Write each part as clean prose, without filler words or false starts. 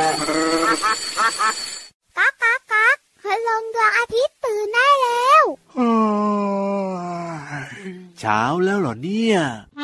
ก๊ากก๊ากก๊ากพลังดวงอาทิตย์ตื่นได้แล้วเช้าแล้วเหรอเนี่ย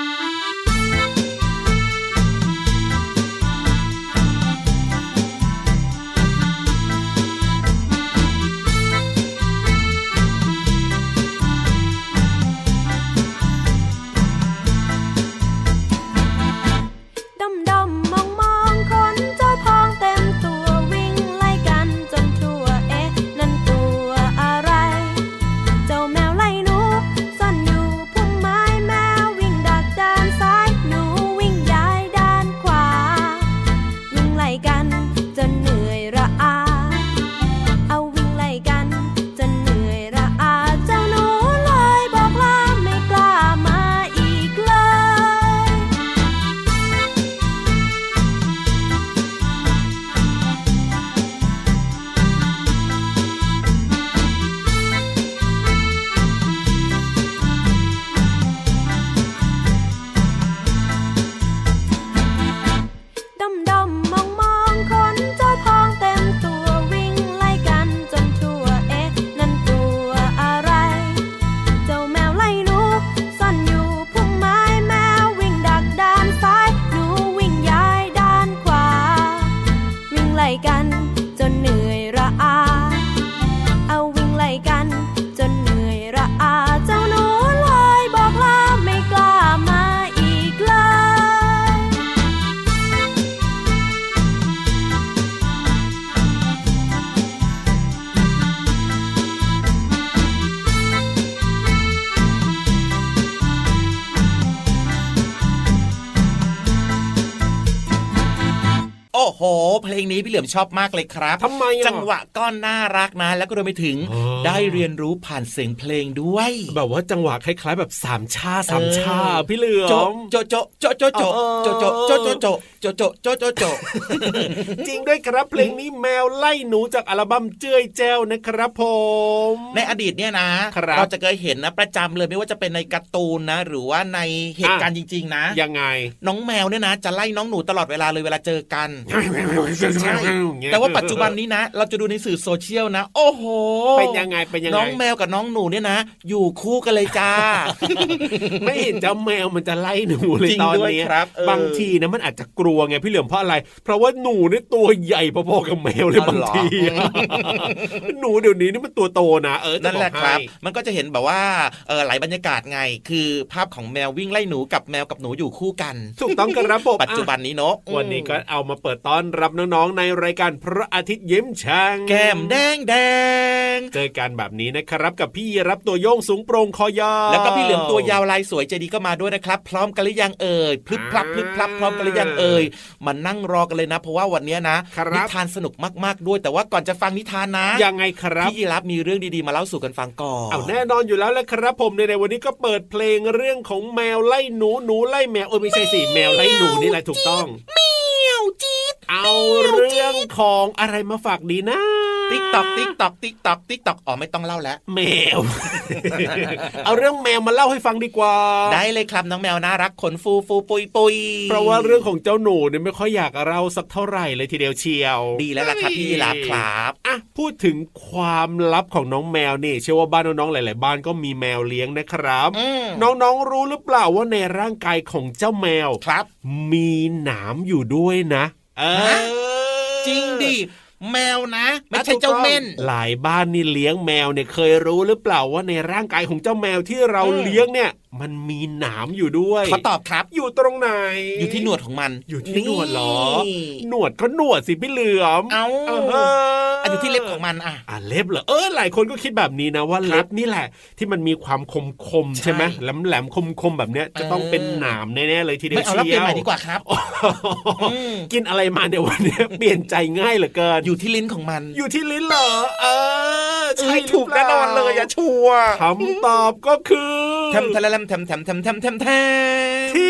โอ้โหเพลงนี้พี่เหลือมชอบมากเลยครับทำไมจังหวะก็น่ารักนะแล้วก็รวมไปถึงได้เรียนรู้ผ่านเสียงเพลงด้วยแบบว่าจังหวะคล้ายๆแบบ3 ชาพี่เหลือมโจโจโจโจโจโจโจโจโจโจโจโจโจโจโจจริงด้วยครับเพลงนี้แมวไล่หนูจากอัลบั้มเจ้ยแจ้วนะครับผมในอดีตเนี่ยนะเราจะเคยเห็นนะประจำเลยไม่ว่าจะเป็นในการ์ตูนนะหรือว่าในเหตุการณ์จริงๆนะยังไงน้องแมวเนี่ยนะจะไล่น้องหนูตลอดเวลาเลยเวลาเจอกันใช่แต่ว่าปัจจุบันนี้นะเราจะดูในสื่อโซเชียลนะโอ้โหเป็นยังไงน้องแมวกับน้องหนูเนี่ยนะอยู่คู่กันเลยจ้าไม่เห็นเจ้าแมวมันจะไล่หนูเลยตอนนี้บางทีนะมันอาจจะกลัวไงพี่เหลือมเพราะอะไรเพราะว่าหนูเนี่ยตัวใหญ่พอๆกับแมวเลยบางทีหนูเดี๋ยวนี้นี่มันตัวโตนะนั่นแหละครับมันก็จะเห็นแบบว่าหลายบรรยากาศไงคือภาพของแมววิ่งไล่หนูกับแมวกับหนูอยู่คู่กันถูกต้องครับผมปัจจุบันนี้เนาะวันนี้ก็เอามาเปิดต้อนรับน้องๆในรายการพระอาทิตย์ยิ้มช่างแก้มแดงแดงเจอกันแบบนี้นะครับกับพี่รับตัวโยงสูงโปร่งคอยาวแล้วก็พี่เหลือมตัวยาวลายสวยใจดีก็มาด้วยนะครับพร้อมกันหรือยังเอ่ยพลึบพลับพลึบพลับพร้อมกันหรือยังเอ่ยมานั่งรอกันเลยนะเพราะว่าวันนี้นะนิทานสนุกมากๆด้วยแต่ว่าก่อนจะฟังนิทานนะยังไงครับพี่รับมีเรื่องดีๆมาเล่าสู่กันฟังก่อนเอาแน่นอนอยู่แล้วแหละครับผมในวันนี้ก็เปิดเพลงเรื่องของแมวไล่หนูไล่แมวไม่ใช่สิแมวไล่หนูนี่แหละถูกต้องเอาเรื่องของอะไรมาฝากดีนะติ๊กตอกติ๊กตอกติ๊กตอกติ๊กตอกอ๋อไม่ต้องเล่าแล้วแมว เอาเรื่องแมวมาเล่าให้ฟังดีกว่าได้เลยครับน้องแมวน่ารักขนฟูฟูปุยปุยเพราะว่าเรื่องของเจ้าหนูเนี่ยไม่ค่อยอยากเล่าสักเท่าไหร่เลยทีเดียวเชียวดีแล้วล่ะครับพี่ลับครับอ่ะพูดถึงความลับของน้องแมวนี่เชื่อว่าบ้านน้องๆหลายๆบ้านก็มีแมวเลี้ยงนะครับน้องๆรู้หรือเปล่าว่าในร่างกายของเจ้าแมวครับมีหนามอยู่ด้วยนะจริงดิแมวนะไม่ใช่เจ้าเม่นหลายบ้านนี่เลี้ยงแมวเนี่ยเคยรู้หรือเปล่าว่าในร่างกายของเจ้าแมวที่เราเลี้ยงเนี่ยมันมีหนามอยู่ด้วยขอตอบครับอยู่ตรงไหนอยู่ที่หนวดของมันอยู่ที่หนวดเหรอหนวดก็หนวดสิพี่เหลือมอยู่ที่เล็บของมันเล็บเหรอหลายคนก็คิดแบบนี้นะว่าเล็บนี่แหละที่มันมีความคมใช่ไหมแหลมคมแบบเนี้ยจะต้องเป็นหนามแน่ๆเลยทีเดียวไม่เอาแล้วเปลี่ยนใหม่ดีกว่าครับกินอะไรมาเดี๋ยววันนี้เปลี่ยนใจง่ายเหลือเกินอยู่ที่ลิ้นของมันอยู่ที่ลิ้นเหรอใช่ถูกแน่นอนเลยอย่าชัวร์คำตอบก็คือทำที่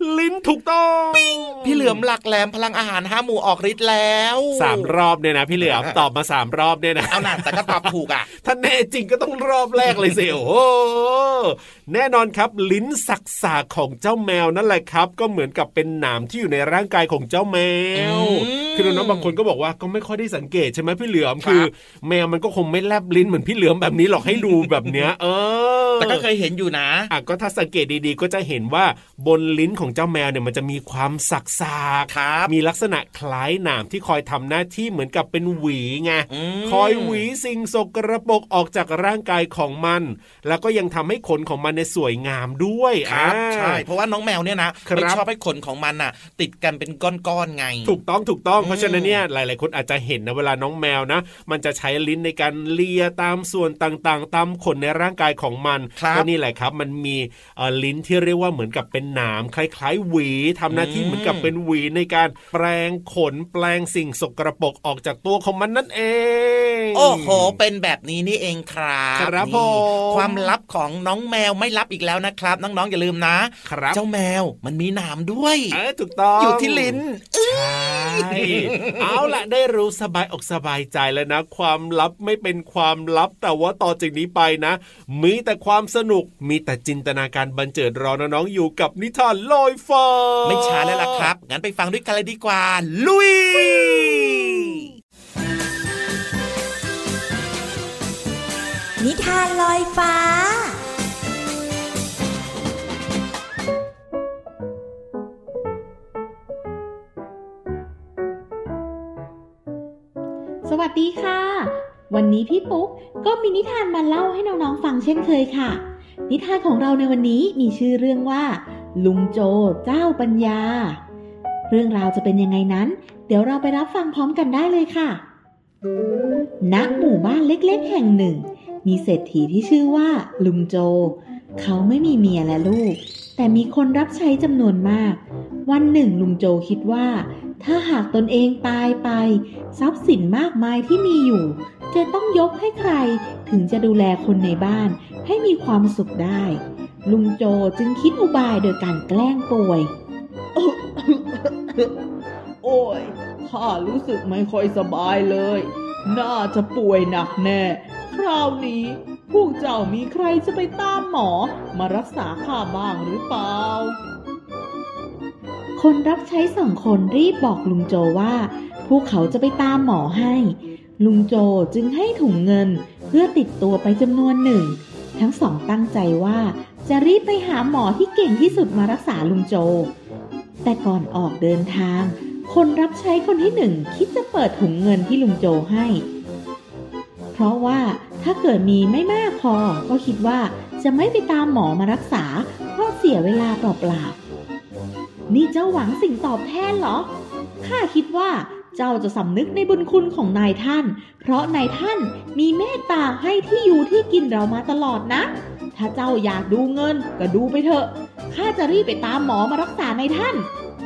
ลิ้นถูกต้องพี่เหลือมหลักแหลมพลังอาหาร5 หมู่ออกฤทธิ์แล้ว 3 รอบเนี่ยนะพี่เหลือมตอบมา3 รอบเนี่ยนะเอาหน่าแต่ก็ตอบถูกอ่ะถ้าแน่จริงก็ต้องรอบแรกเลยสิโอ้โหแน่นอนครับลิ้นสักษาของเจ้าแมวนั่นแหละครับก็เหมือนกับเป็นหนามที่อยู่ในร่างกายของเจ้าแมวคือน้องๆบางคนก็บอกว่าก็ไม่ค่อยได้สังเกตใช่ไหมพี่เหลือมคือแมวมันก็คงไม่แลบลิ้นเหมือนพี่เหลือมแบบนี้หรอกให้ดูแบบเนี้ยแต่ก็เคยเห็นอยู่นะก็ถ้าสังเกตดีๆก็จะเห็นว่าบนลิ้นของเจ้าแมวเนี่ยมันจะมีความสักๆมีลักษณะคล้ายหนามที่คอยทำหน้าที่เหมือนกับเป็นหวีไงคอยหวีสิ่งสกปรกออกจากร่างกายของมันแล้วก็ยังทำให้ขนของมันเนี่ยสวยงามด้วยใช่เพราะว่าน้องแมวเนี่ยนะไม่ชอบให้ขนของมันน่ะติดกันเป็นก้อนๆไงถูกต้องเพราะฉะนั้นเนี่ยหลายๆคนอาจจะเห็นนะเวลาน้องแมวนะมันจะใช้ลิ้นในการเลียตามส่วนต่างๆตามขนในร่างกายของมันก็นี่แหละครับมันมีลิ้นที่เรียกว่าเหมือนกับเป็นหนามคล้ายๆหวีทำหน้าที่เหมือนกับเป็นหวีในการแปรงขนแปรงสิ่งสกปรกออกจากตัวของมันนั่นเองโอ้โหเป็นแบบนี้นี่เองครับความลับของน้องแมวไม่ลับอีกแล้วนะครับน้องๆอย่าลืมนะเจ้าแมวมันมีหนามด้วยถูกต้องอยู่ที่ลิ้นใช่เอาล่ะได้รู้สบายอกสบายใจแล้วนะความลับไม่เป็นความลับแต่ว่าต่อจากนี้ไปนะมีแต่ความสนุกมีแต่จินตนาการบันเจิดรอน้องๆอยู่กับนิทานลอยฟ้าไม่ช้าแล้วล่ะครับงั้นไปฟังด้วยกันเลยดีกว่าลุยนิทานลอยฟ้าสวัสดีค่ะวันนี้พี่ปุ๊กก็มีนิทานมาเล่าให้น้องๆฟังเช่นเคยค่ะนิทานของเราในวันนี้มีชื่อเรื่องว่าลุงโจเจ้าปัญญาเรื่องราวจะเป็นยังไงนั้นเดี๋ยวเราไปรับฟังพร้อมกันได้เลยค่ะณหมู่บ้านเล็กๆแห่งหนึ่งมีเศรษฐีที่ชื่อว่าลุงโจเขาไม่มีเมียและลูกแต่มีคนรับใช้จำนวนมากวันหนึ่งลุงโจคิดว่าถ้าหากตนเองตายไปทรัพย์สินมากมายที่มีอยู่จะต้องยกให้ใครถึงจะดูแลคนในบ้านให้มีความสุขได้ลุงโจจึงคิดอุบายโดยการแกล้งป่วย โอ้ยข้ารู้สึกไม่ค่อยสบายเลยน่าจะป่วยหนักแน่คราวนี้พวกเจ้ามีใครจะไปตามหมอมารักษาข้าบ้างหรือเปล่าคนรับใช้2 คนรีบบอกลุงโจว่าพวกเขาจะไปตามหมอให้ลุงโจจึงให้ถุงเงินเพื่อติดตัวไปจำนวนหนึ่งทั้งสองตั้งใจว่าจะรีบไปหาหมอที่เก่งที่สุดมารักษาลุงโจแต่ก่อนออกเดินทางคนรับใช้คนที่1คิดจะเปิดถุงเงินที่ลุงโจให้เพราะว่าถ้าเกิดมีไม่มากพอก็คิดว่าจะไม่ไปตามหมอมารักษาเพราะเสียเวลาเปล่าๆนี่เจ้าหวังสิ่งตอบแทนเหรอข้าคิดว่าเจ้าจะสำนึกในบุญคุณของนายท่านเพราะนายท่านมีเมตตาให้ที่อยู่ที่กินเรามาตลอดนะถ้าเจ้าอยากดูเงินก็ดูไปเถอะข้าจะรีบไปตามหมอมารักษานายท่าน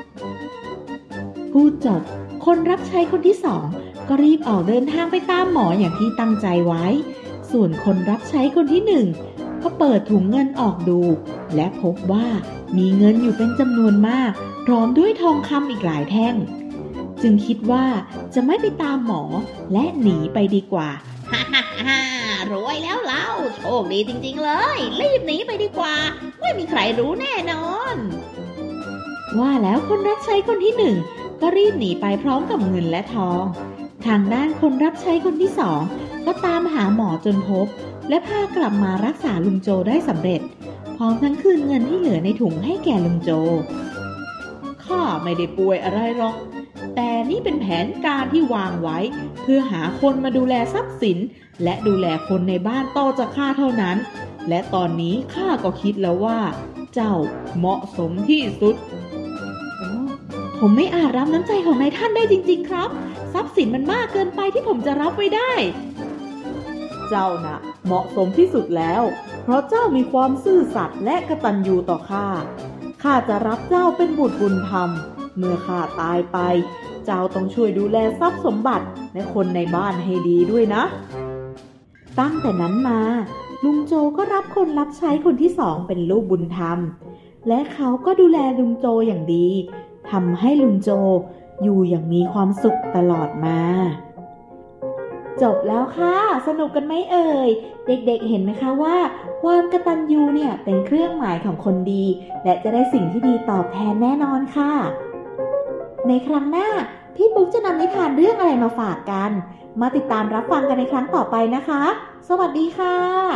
พูดจบคนรับใช้คนที่2ก็รีบออกเดินทางไปตามหมออย่างที่ตั้งใจไว้ส่วนคนรับใช้คนที่1ก็เปิดถุงเงินออกดูและพบว่ามีเงินอยู่เป็นจำนวนมากพร้อมด้วยทองคำอีกหลายแท่งจึงคิดว่าจะไม่ไปตามหมอและหนีไปดีกว่าฮ่ารวยแล้วเราโชคดีจริงๆเลยรีบหนีไปดีกว่าไม่มีใครรู้แน่นอนว่าแล้วคนรับใช้คนที่1ก็รีบหนีไปพร้อมกับเงินและทองทางด้านคนรับใช้คนที่2ก็ตามหาหมอจนพบและพากลับมารักษาลุงโจได้สำเร็จพร้อมทั้งคืนเงินที่เหลือในถุงให้แก่ลุงโจข้าไม่ได้ป่วยอะไรหรอกแต่นี่เป็นแผนการที่วางไว้เพื่อหาคนมาดูแลทรัพย์สินและดูแลคนในบ้านต่อจากข้าเท่านั้นและตอนนี้ข้าก็คิดแล้วว่าเจ้าเหมาะสมที่สุดผมไม่อาจรับน้ำใจของนายท่านได้จริงๆครับทรัพย์สินมันมากเกินไปที่ผมจะรับไว้ได้เจ้าน่ะเหมาะสมที่สุดแล้วเพราะเจ้ามีความซื่อสัตย์และกตัญญูต่อข้าจะรับเจ้าเป็นบุตรบุญธรรมเมื่อข้าตายไปเจ้าต้องช่วยดูแลทรัพย์สมบัติและคนในบ้านให้ดีด้วยนะตั้งแต่นั้นมาลุงโจก็รับคนรับใช้คนที่2เป็นลูกบุญธรรมและเขาก็ดูแลลุงโจอย่างดีทำให้ลุงโจอยู่อย่างมีความสุขตลอดมาจบแล้วค่ะสนุกกันไหมเอ่ยเด็กๆเห็นไหมคะว่าความกตัญญูเนี่ยเป็นเครื่องหมายของคนดีและจะได้สิ่งที่ดีตอบแทนแน่นอนค่ะในครั้งหน้าพี่ปุ๊กจะนำนิทานเรื่องอะไรมาฝากกันมาติดตามรับฟังกันในครั้งต่อไปนะคะสวัสดีค่ะ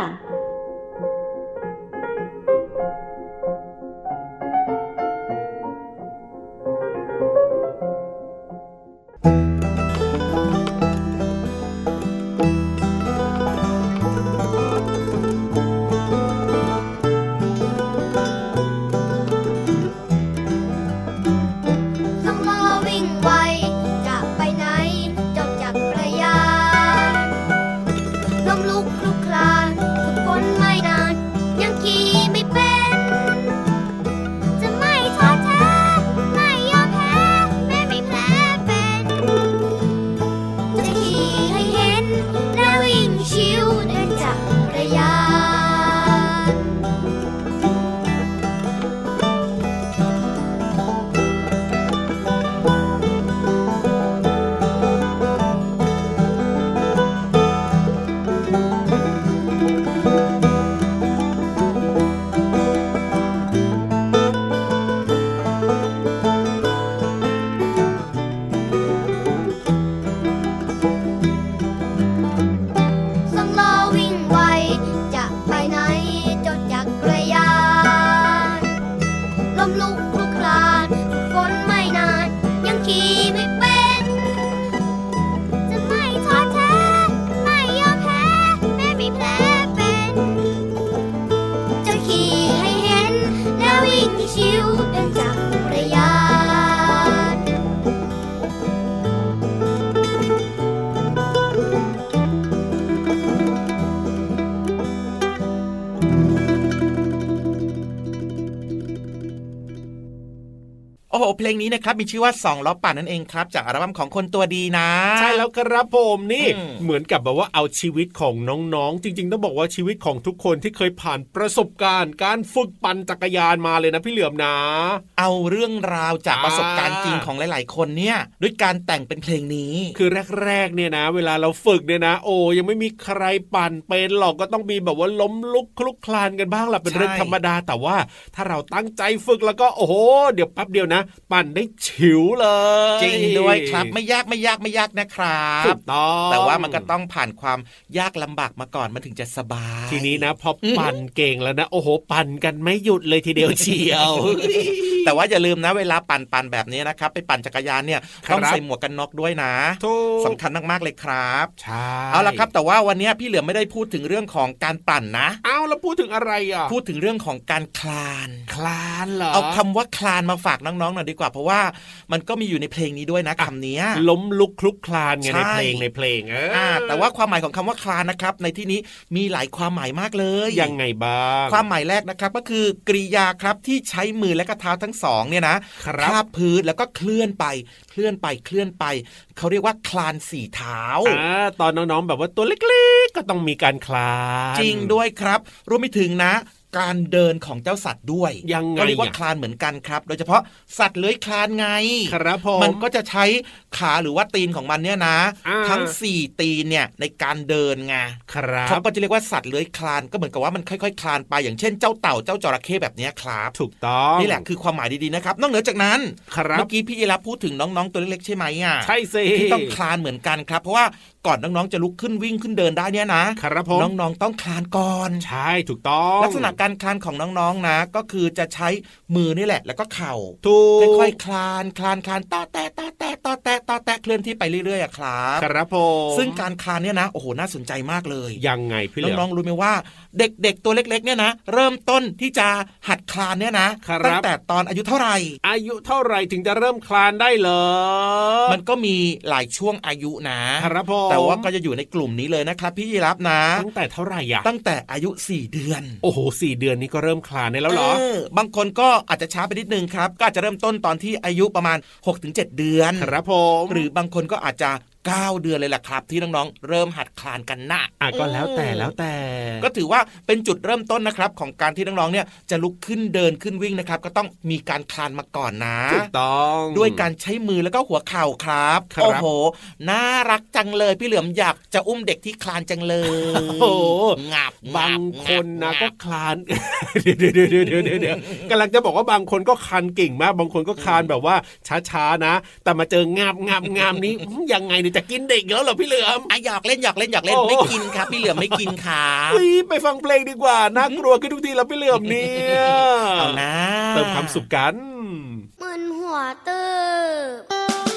โอ้โหเพลงนี้นะครับมีชื่อว่า2ล้อปั่นนั่นเองครับจากอัลบั้มของคนตัวดีนะใช่แล้วครับผมนี่เหมือนกับแบบว่าเอาชีวิตของน้องๆจริงๆต้องบอกว่าชีวิตของทุกคนที่เคยผ่านประสบการณ์การฝึกปั่นจักรยานมาเลยนะพี่เหลือมนะเอาเรื่องราวจากประสบการณ์จริงของหลายๆคนเนี่ยด้วยการแต่งเป็นเพลงนี้คือแรกๆเนี่ยนะเวลาเราฝึกเนี่ยนะโอ้ยังไม่มีใครปั่นเป็นหรอกก็ต้องมีแบบว่าล้มลุกคลุกคลานกันบ้างแหละเป็นเรื่องธรรมดาแต่ว่าถ้าเราตั้งใจฝึกแล้วก็โอ้โหเดี๋ยวแป๊บเดียวนะปั่นได้ฉิวเลยจริงด้วยครับไม่ยากนะครับถูกต้องแต่ว่ามันก็ต้องผ่านความยากลำบากมาก่อนมันถึงจะสบายทีนี้นะพอปั่นเก่งแล้วนะโอ้โหปั่นกันไม่หยุดเลยทีเดียวเชียวแต่ว่าอย่าลืมนะเวลาปั่นแบบนี้นะครับไปปั่นจักรยานเนี่ยต้องใส่หมวกกันน็อกด้วยนะสำคัญมากๆเลยครับใช่เอาล่ะครับแต่ว่าวันนี้พี่เหลือไม่ได้พูดถึงเรื่องของการปั่นนะเอาแล้วพูดถึงอะไรอ่ะพูดถึงเรื่องของการคลานเหรอเอาคำว่าคลานมาฝากน้องๆหน่อยดีกว่าเพราะว่ามันก็มีอยู่ในเพลงนี้ด้วยนะคำนี้ล้มลุกคลุกคลานไงในเพลงแต่ว่าความหมายของคำว่าคลานนะครับในที่นี้มีหลายความหมายมากเลยยังไงบ้างความหมายแรกนะครับก็คือกริยาครับที่ใช้มือและก็เท้าทั้งสองเนี่ยนะทาบพื้นแล้วก็เคลื่อนไปเขาเรียกว่าคลานสี่เท้าตอนน้องๆแบบว่าตัวเล็กๆก็ต้องมีการคลานจริงด้วยครับรวมไปถึงนะการเดินของเจ้าสัตว์ด้วยก็เรียกว่าคลานเหมือนกันครับโดยเฉพาะสัตว์เลื้อยคลานไงครับผมมันก็จะใช้ขาหรือว่าตีนของมันเนี่ยนะทั้ง4ตีนเนี่ยในการเดินไงเขาก็จะเรียกว่าสัตว์เลื้อยคลานก็เหมือนกับว่ามันค่อยๆคลานไปอย่างเช่นเจ้าเต่าเจ้าจระเข้แบบนี้ครับถูกต้องนี่แหละคือความหมายดีๆนะครับนอกเหนือจากนั้นเมื่อกี้พี่ยีรับพูดถึงน้องๆตัวเล็กๆใช่ไหมอ่ะใช่สิที่ต้องคลานเหมือนกันครับเพราะว่าก่อนน้องๆจะลุกขึ้นวิ่งขึ้นเดินได้เนี่ยนะครับน้องๆต้องคลานก่อนใช่ถูกต้องลักษณะการคลานของน้องๆนะก็คือจะใช้มือนี่แหละแล้วก็เข่าค่อยๆคลานต่อแตะเคลื่อนที่ไปเรื่อยๆครับครับผมซึ่งการคลานเนี่ยนะโอ้โหน่าสนใจมากเลยยังไงพี่เหลือน้องๆรู้ไหมว่าเด็กๆตัวเล็กๆเนี่ยนะเริ่มต้นที่จะหัดคลานเนี่ยนะตั้งแต่ตอนอายุเท่าไหร่ถึงจะเริ่มคลานได้เหรอมันก็มีหลายช่วงอายุนะครับผมแต่ว่าก็จะอยู่ในกลุ่มนี้เลยนะครับพี่ยีรับนะตั้งแต่เท่าไหร่อ่ะตั้งแต่อายุ4เดือนโอ้โห4เดือนนี้ก็เริ่มคลานได้แล้วเหรอบางคนก็อาจจะช้าไปนิดนึงครับก็อาจจะเริ่มต้นตอนที่อายุประมาณ 6-7 เดือนครับผมหรือบางคนก็อาจจะ 9 เดือนเลยแหละครับที่น้องๆเริ่มหัดคลานกันนะก็แล้วแต่ก็ถือว่าเป็นจุดเริ่มต้นนะครับของการที่น้องๆเนี่ยจะลุกขึ้นเดินขึ้นวิ่งนะครับก็ต้องมีการคลานมาก่อนนะถูกต้องด้วยการใช้มือแล้วก็หัวเข่าครับโอ้โหน่ารักจังเลยพี่เหลือมอยากจะอุ้มเด็กที่คลานจังเลยโอ้งับบางคนนะก็คลานเดี๋ยวกำลังจะบอกว่าบางคนก็คลานเก่งมากบางคนก็คลานแบบว่าช้าๆนะแต่มาเจองามนี้ยังไงเนี่ยจะกินเด็กแล้วเหรอพี่เหลือมหยอกเล่นไม่กินครับพี่เหลือมไม่กินครับไปฟังเพลงดีกว่าน่ากลัวขึ้นทุกทีแล้วพี่เหลือมเนี่ยเอานะเติมความสุขกันมึนหัวตึบ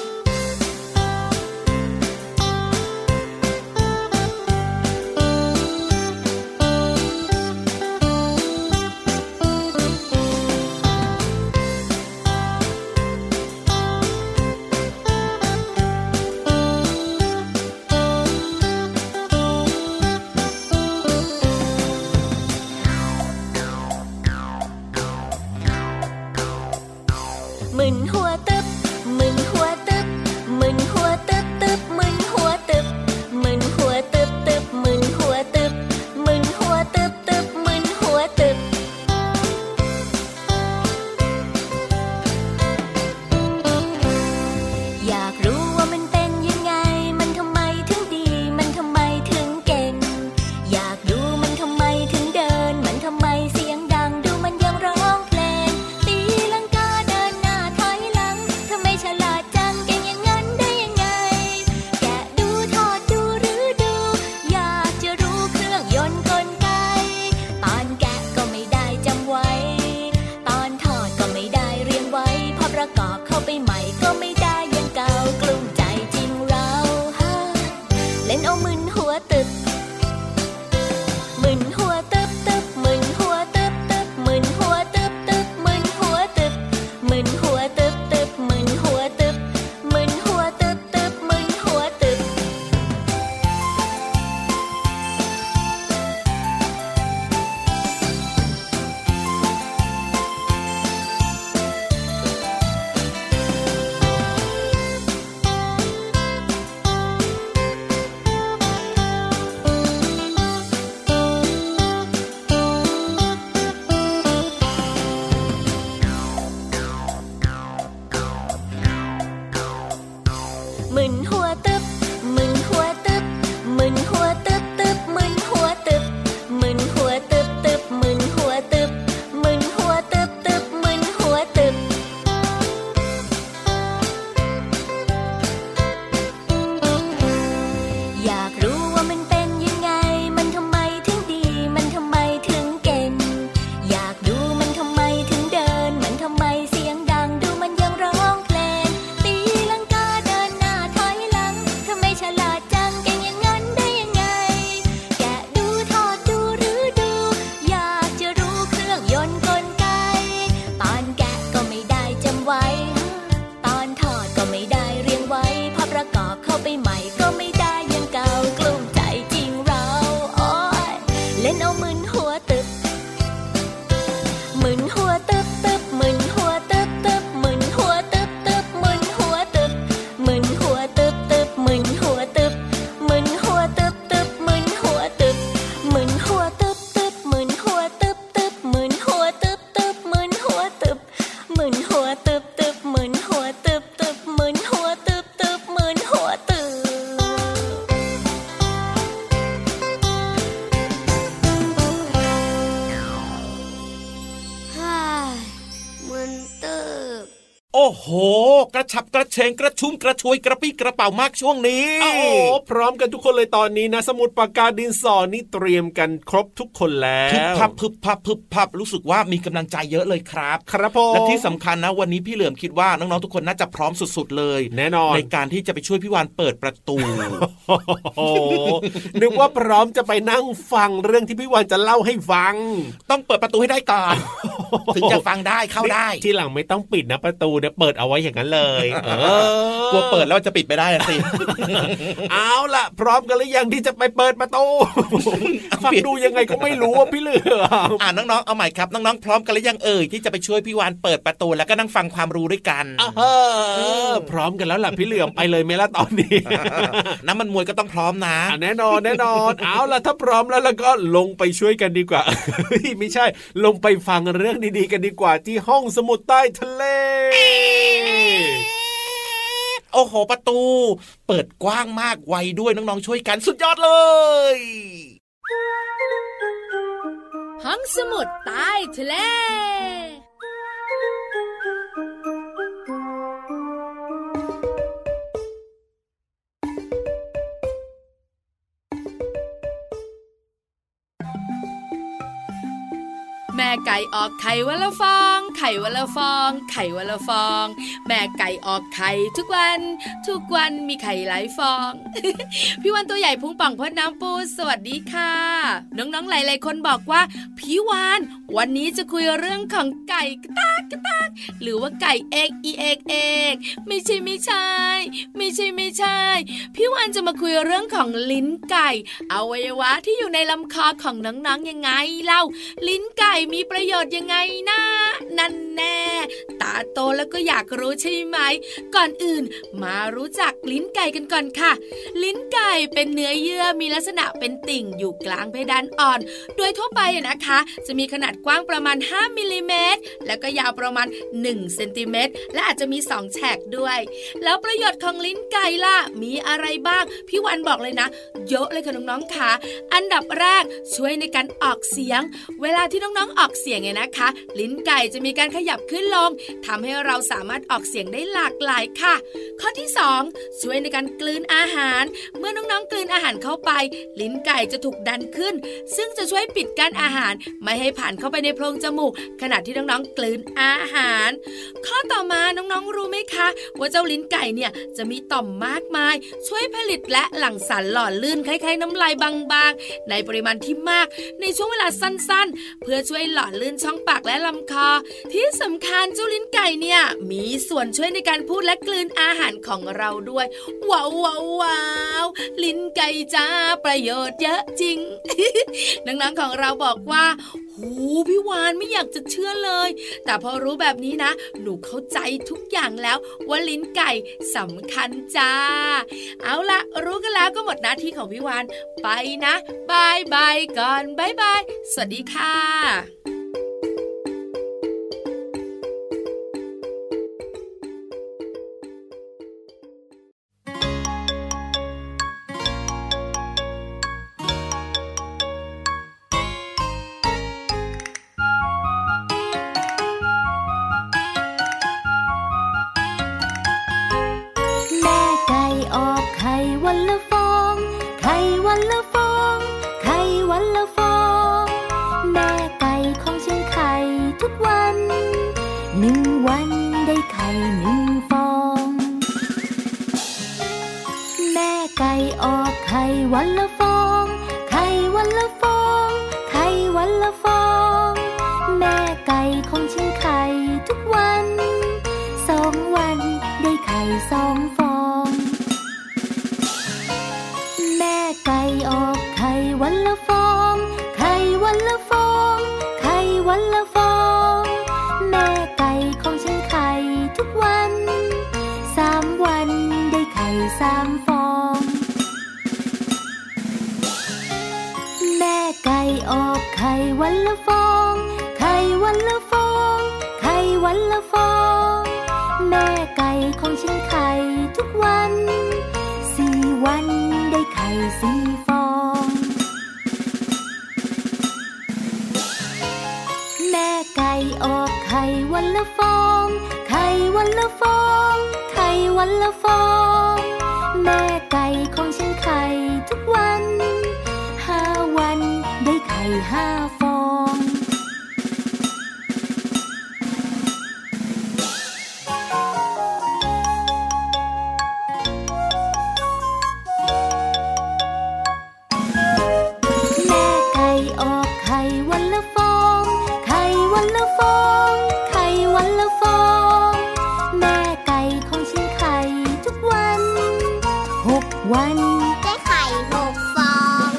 โอ้โหกระฉับกระเฉงกระชุ่มกระชวยกระปี้กระเป๋ามากช่วงนี้โอ้โหพร้อมกันทุกคนเลยตอนนี้นะสมุดปากกาดินสอนี่เตรียมกันครบทุกคนแล้วพึบพับรู้สึกว่ามีกำลังใจเยอะเลยครับครับผมและที่สำคัญนะวันนี้พี่เหลือมคิดว่าน้องๆทุกคนน่าจะพร้อมสุดๆเลยแน่นอนในการที่จะไปช่วยพี่วานเปิดประตูนึกว่าพร้อมจะไปนั่งฟังเรื่องที่พี่วานจะเล่าให้ฟังต้องเปิดประตูให้ได้ก่อน ถึงจะฟังได้เข้าได้ทีหลังไม่ต้องปิดนะประตูเนี่ยเปิดดเอาไว้อย่างนั้นเลยกลัวเปิดแล้วจะปิดไม่ได้สิเอาล่ะพร้อมกันหรือยังที่จะไปเปิดประตูฟังดูยังไงก็ไม่รู้ว่าพี่เหลือน้องๆเอาใหม่ครับน้องๆพร้อมกันหรือยังที่จะไปช่วยพี่วานเปิดประตูแล้วก็นั่งฟังความรู้ด้วยกันพร้อมกันแล้วล่ะพี่เหลือมไปเลยไหมล่ะตอนนี้น้ำมันมวยก็ต้องพร้อมนะแน่นอนเอาล่ะถ้าพร้อมแล้วก็ลงไปช่วยกันดีกว่าไม่ใช่ลงไปฟังเรื่องดีๆกันดีกว่าที่ห้องสมุดใต้ทะเลโอ้โหประตูเปิดกว้างมากไวด้วยน้องๆช่วยกันสุดยอดเลยห้องสมุดใต้ทะเลแม่ไก่ออกไข่วันละฟองไข่วันละฟองไข่วันละฟองแม่ไก่ออกไข่ทุกวันมีไข่หลายฟอง พี่วันตัวใหญ่พุงป่องพดน้ำปูสวัสดีค่ะน้องๆหลายๆคนบอกว่าพี่วานวันนี้จะคุยเรื่องของไก่กระตากหรือว่าไก่เอกไม่ใช่พี่วานจะมาคุยเรื่องของลิ้นไก่อวัยวะที่อยู่ในลำคอของน้องๆยังไงเล่าลิ้นไก่มีประโยชน์ยังไงนะนั่นแน่ตาโตแล้วก็อยากรู้ใช่ไหมก่อนอื่นมารู้จักลิ้นไก่กันก่อนค่ะลิ้นไก่เป็นเนื้อเยื่อมีลักษณะเป็นติ่งอยู่กลางเพดานอ่อนโดยทั่วไปนะคะจะมีขนาดกว้างประมาณ5มิลลิเมตรแล้วก็ยาวประมาณ1เซนติเมตรและอาจจะมี2แฉกด้วยแล้วประโยชน์ของลิ้นไก่ล่ะมีอะไรบ้างพี่วันบอกเลยนะเยอะเลยค่ะน้องๆค่ะอันดับแรกช่วยในการออกเสียงเวลาที่น้องๆออกเสียงไงนะคะลิ้นไก่จะมีการขยับขึ้นลงทำให้เราสามารถออกเสียงได้หลากหลายค่ะข้อที่2ช่วยในการกลืนอาหารเมื่อน้องๆกลืนอาหารเข้าไปลิ้นไก่จะถูกดันขึ้นซึ่งจะช่วยปิดกั้นอาหารไม่ให้ผ่านเข้าไปในโพรงจมูกขณะที่น้องๆกลืนอาหารข้อต่อมาน้องๆรู้ไหมคะว่าเจ้าลิ้นไก่เนี่ยจะมีต่อมมากมายช่วยผลิตและหลั่งสารหล่อลื่นคล้ายๆน้ำลายบางๆในปริมาณที่มากในช่วงเวลาสั้นๆเพื่อช่วยหล่อลื่นช่องปากและลำคอที่สำคัญเจ้าลิ้นไก่เนี่ยมีส่วนช่วยในการพูดและกลืนอาหารของเราด้วยว้าวลิ้นไก่จ้าประโยชน์เยอะจริง น้องๆของเราบอกว่าพี่วานไม่อยากจะเชื่อเลยแต่พอรู้แบบนี้นะหนูเข้าใจทุกอย่างแล้วว่าลิ้นไก่สำคัญจ้าเอาละรู้กันแล้วก็หมดหน้าที่ของพี่วานไปนะบายก่อนบายสวัสดีค่ะวันละฟองไข่วันละฟองไข่วันละฟองแม่ไก่ของฉันไข่ทุกวัน1 วันได้ไข่1 ฟองแม่ไก่ออกไข่วันละฟองไข่วันละฟองไข่วันละฟองแม่ไก่ของฉันไข่ทุกวัน2 วันได้ไข่2 ฟองแม่ไก่ออกไข่วันละฟองไข่วันละฟองไข่วันละฟองแม่ไก่ของฉันไข่ทุกวัน3 วันได้ไข่3 ฟองแม่ไก่ออกไข่วันละฟองไข่วันละฟองไข่วันละฟองแม่ไก่ของฉันไข่ทุกวัน4 วันได้ไข่4 ฟองแม่ไก่ออกไข่วันละฟองไข่วันละฟองไข่วันละฟองแม่ไก่ของฉันไข่ทุกวัน5 วันได้ไข่5 ฟองวันละฟองไข่วันละฟองไข่วันละฟองแม่ 6 วันได้ไข่6 ฟอง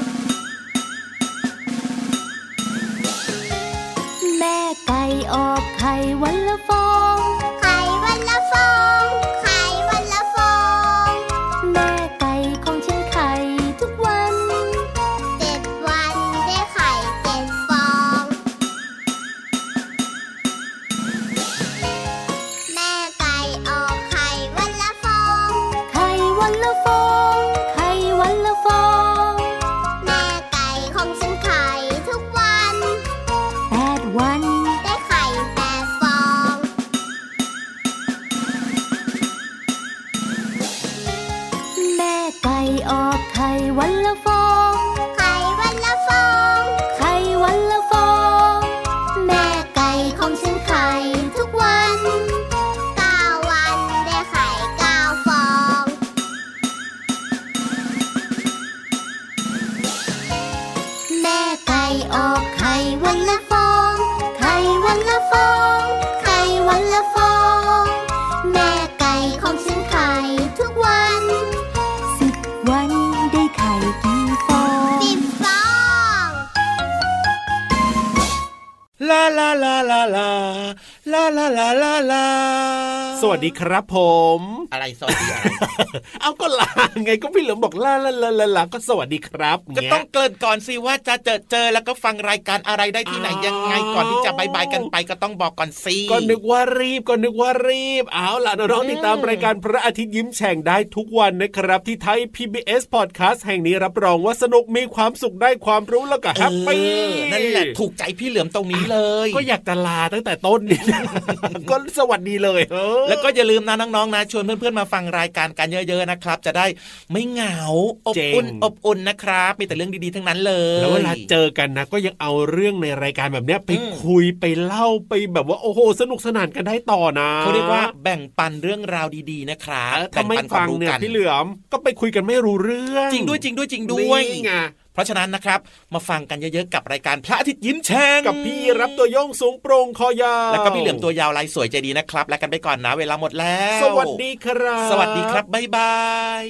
แม่ไก่ออกไข่วันละฟองไข่วันละฟองไข่วันละฟองแม่ไก่ของฉันไข่ทุกวัน 7 วันได้ไข่7 ฟองแม่ไก่ออกไข่วันละฟองไข่วันละฟองไข่วันละฟองแม่ไก่ของฉันไข่ทุกวัน 8 วันได้ไข่8 ฟองแม่ไก่ออกไข่วันละฟองไข่วันละฟองไข่วันละฟองแม่ไก่ของฉันไข่ทุกวัน9 วันได้ไข่9 ฟองแม่ไก่ออกไข่วันละฟองไข่วันละฟองไข่วันละฟองแม่ไก่ของฉันไข่ทุกวัน 10 วันได้ไข่กี่ฟอง 10 ฟองลาลาลาลาลาลาลาลาลาลาสวัสดีครับผมอะไรสวัสดีอะไรเอาก็ลาไงก็พี่เหลิมบอกลาลาลาลาก็สวัสดีครับก็ต้องเกริ่นก่อนสิว่าจะเจอแล้วก็ฟังรายการอะไรได้ที่ไหนยังไงก่อนที่จะบายกันไปก็ต้องบอกก่อนสิก็นึกว่ารีบเอาล่ะน้องๆติดตามรายการพระอาทิตย์ยิ้มแฉ่งได้ทุกวันนะครับที่ไทย PBS Podcast แห่งนี้รับรองว่าสนุกมีความสุขได้ความรู้แล้วก็แฮปปี้นั่นแหละถูกใจพี่เหลือมตรงนี้เลยก็อยากจะลาตั้งแต่ต้นนี่ ก็สวัสดีเลยแล้วก็อย่าลืมนะน้องๆนะชวนเพื่อนๆมาฟังรายการกันเยอะๆนะครับจะได้ไม่เหงาอบอุ่นนะครับมีแต่เรื่องดีๆทั้งนั้นเลยแล้วเวลาเจอกันนะก็ยังเอาเรื่องในรายการแบบนี้ไปคุยไปเล่าไปแบบว่าโอ้โหสนุกสนานกันได้ต่อนะเขาเรียกว่าแบ่งปันเรื่องราวดีๆนะครับถ้าไม่ฟังเนี่ยพี่เหลือมก็ไปคุยกันไม่รู้เรื่องจริงด้วยเพราะฉะนั้นนะครับมาฟังกันเยอะๆกับรายการพระอาทิตย์ยิ้มแฉ่งกับพี่รับตัวโยงสูงโปร่งคอยาวแล้วก็พี่เหลือมตัวยาวลายสวยใจดีนะครับแล้วกันไปก่อนนะเวลาหมดแล้วสวัสดีครับบ๊ายบาย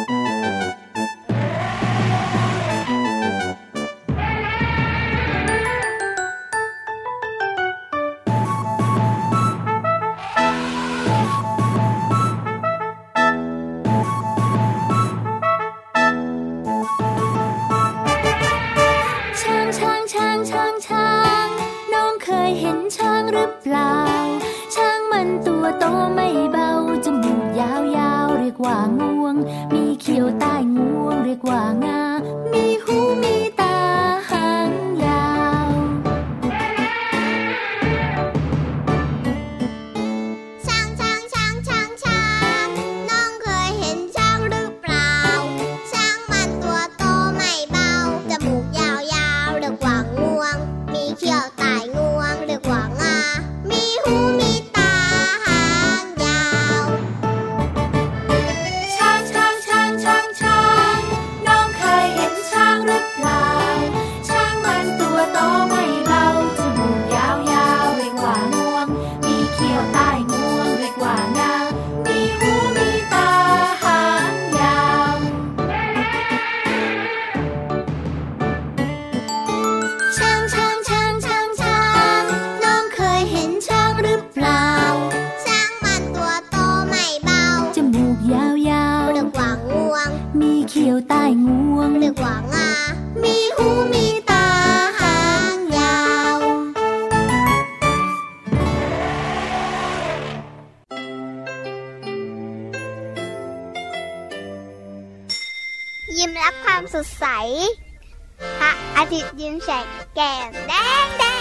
น้องเคยเห็นช้างหรือเปล่าช้างมันตัวโตไม่เบาจมูกยาวๆเรียกว่างวงมีเขี้ยวใต้งวงเรียกว่างามีหูมีตาหางยาวช้างน้องเคยเห็นช้างหรือเปล่าช้างมันตัวโตไม่เบาจมูกยาวๆเรียกว่างวงมีเขี้ยวใต้งวงเรียกว่างามีหูมีตาหางยาวช้างน้องเคยเห็นช้างหรือเปล่าช้างมันตัวโตไม่เบาจมูกยาวๆเรียกว่างวงมีเขี้ยวใต้งวงเรียกว่างามีหูมีตาหางยาวช้างน้องเคยเห็นช้างหรือเปล่าช้างมันตัวโตไม่เบาจมูกยาวๆเรียกว่างวงมีเขี้ยวใต้งวงเรียกว่างามีหูมีตาหางยาวยิ้มรับความสดใสพระอาทิตย์ยิ้มแฉกแก้มแดง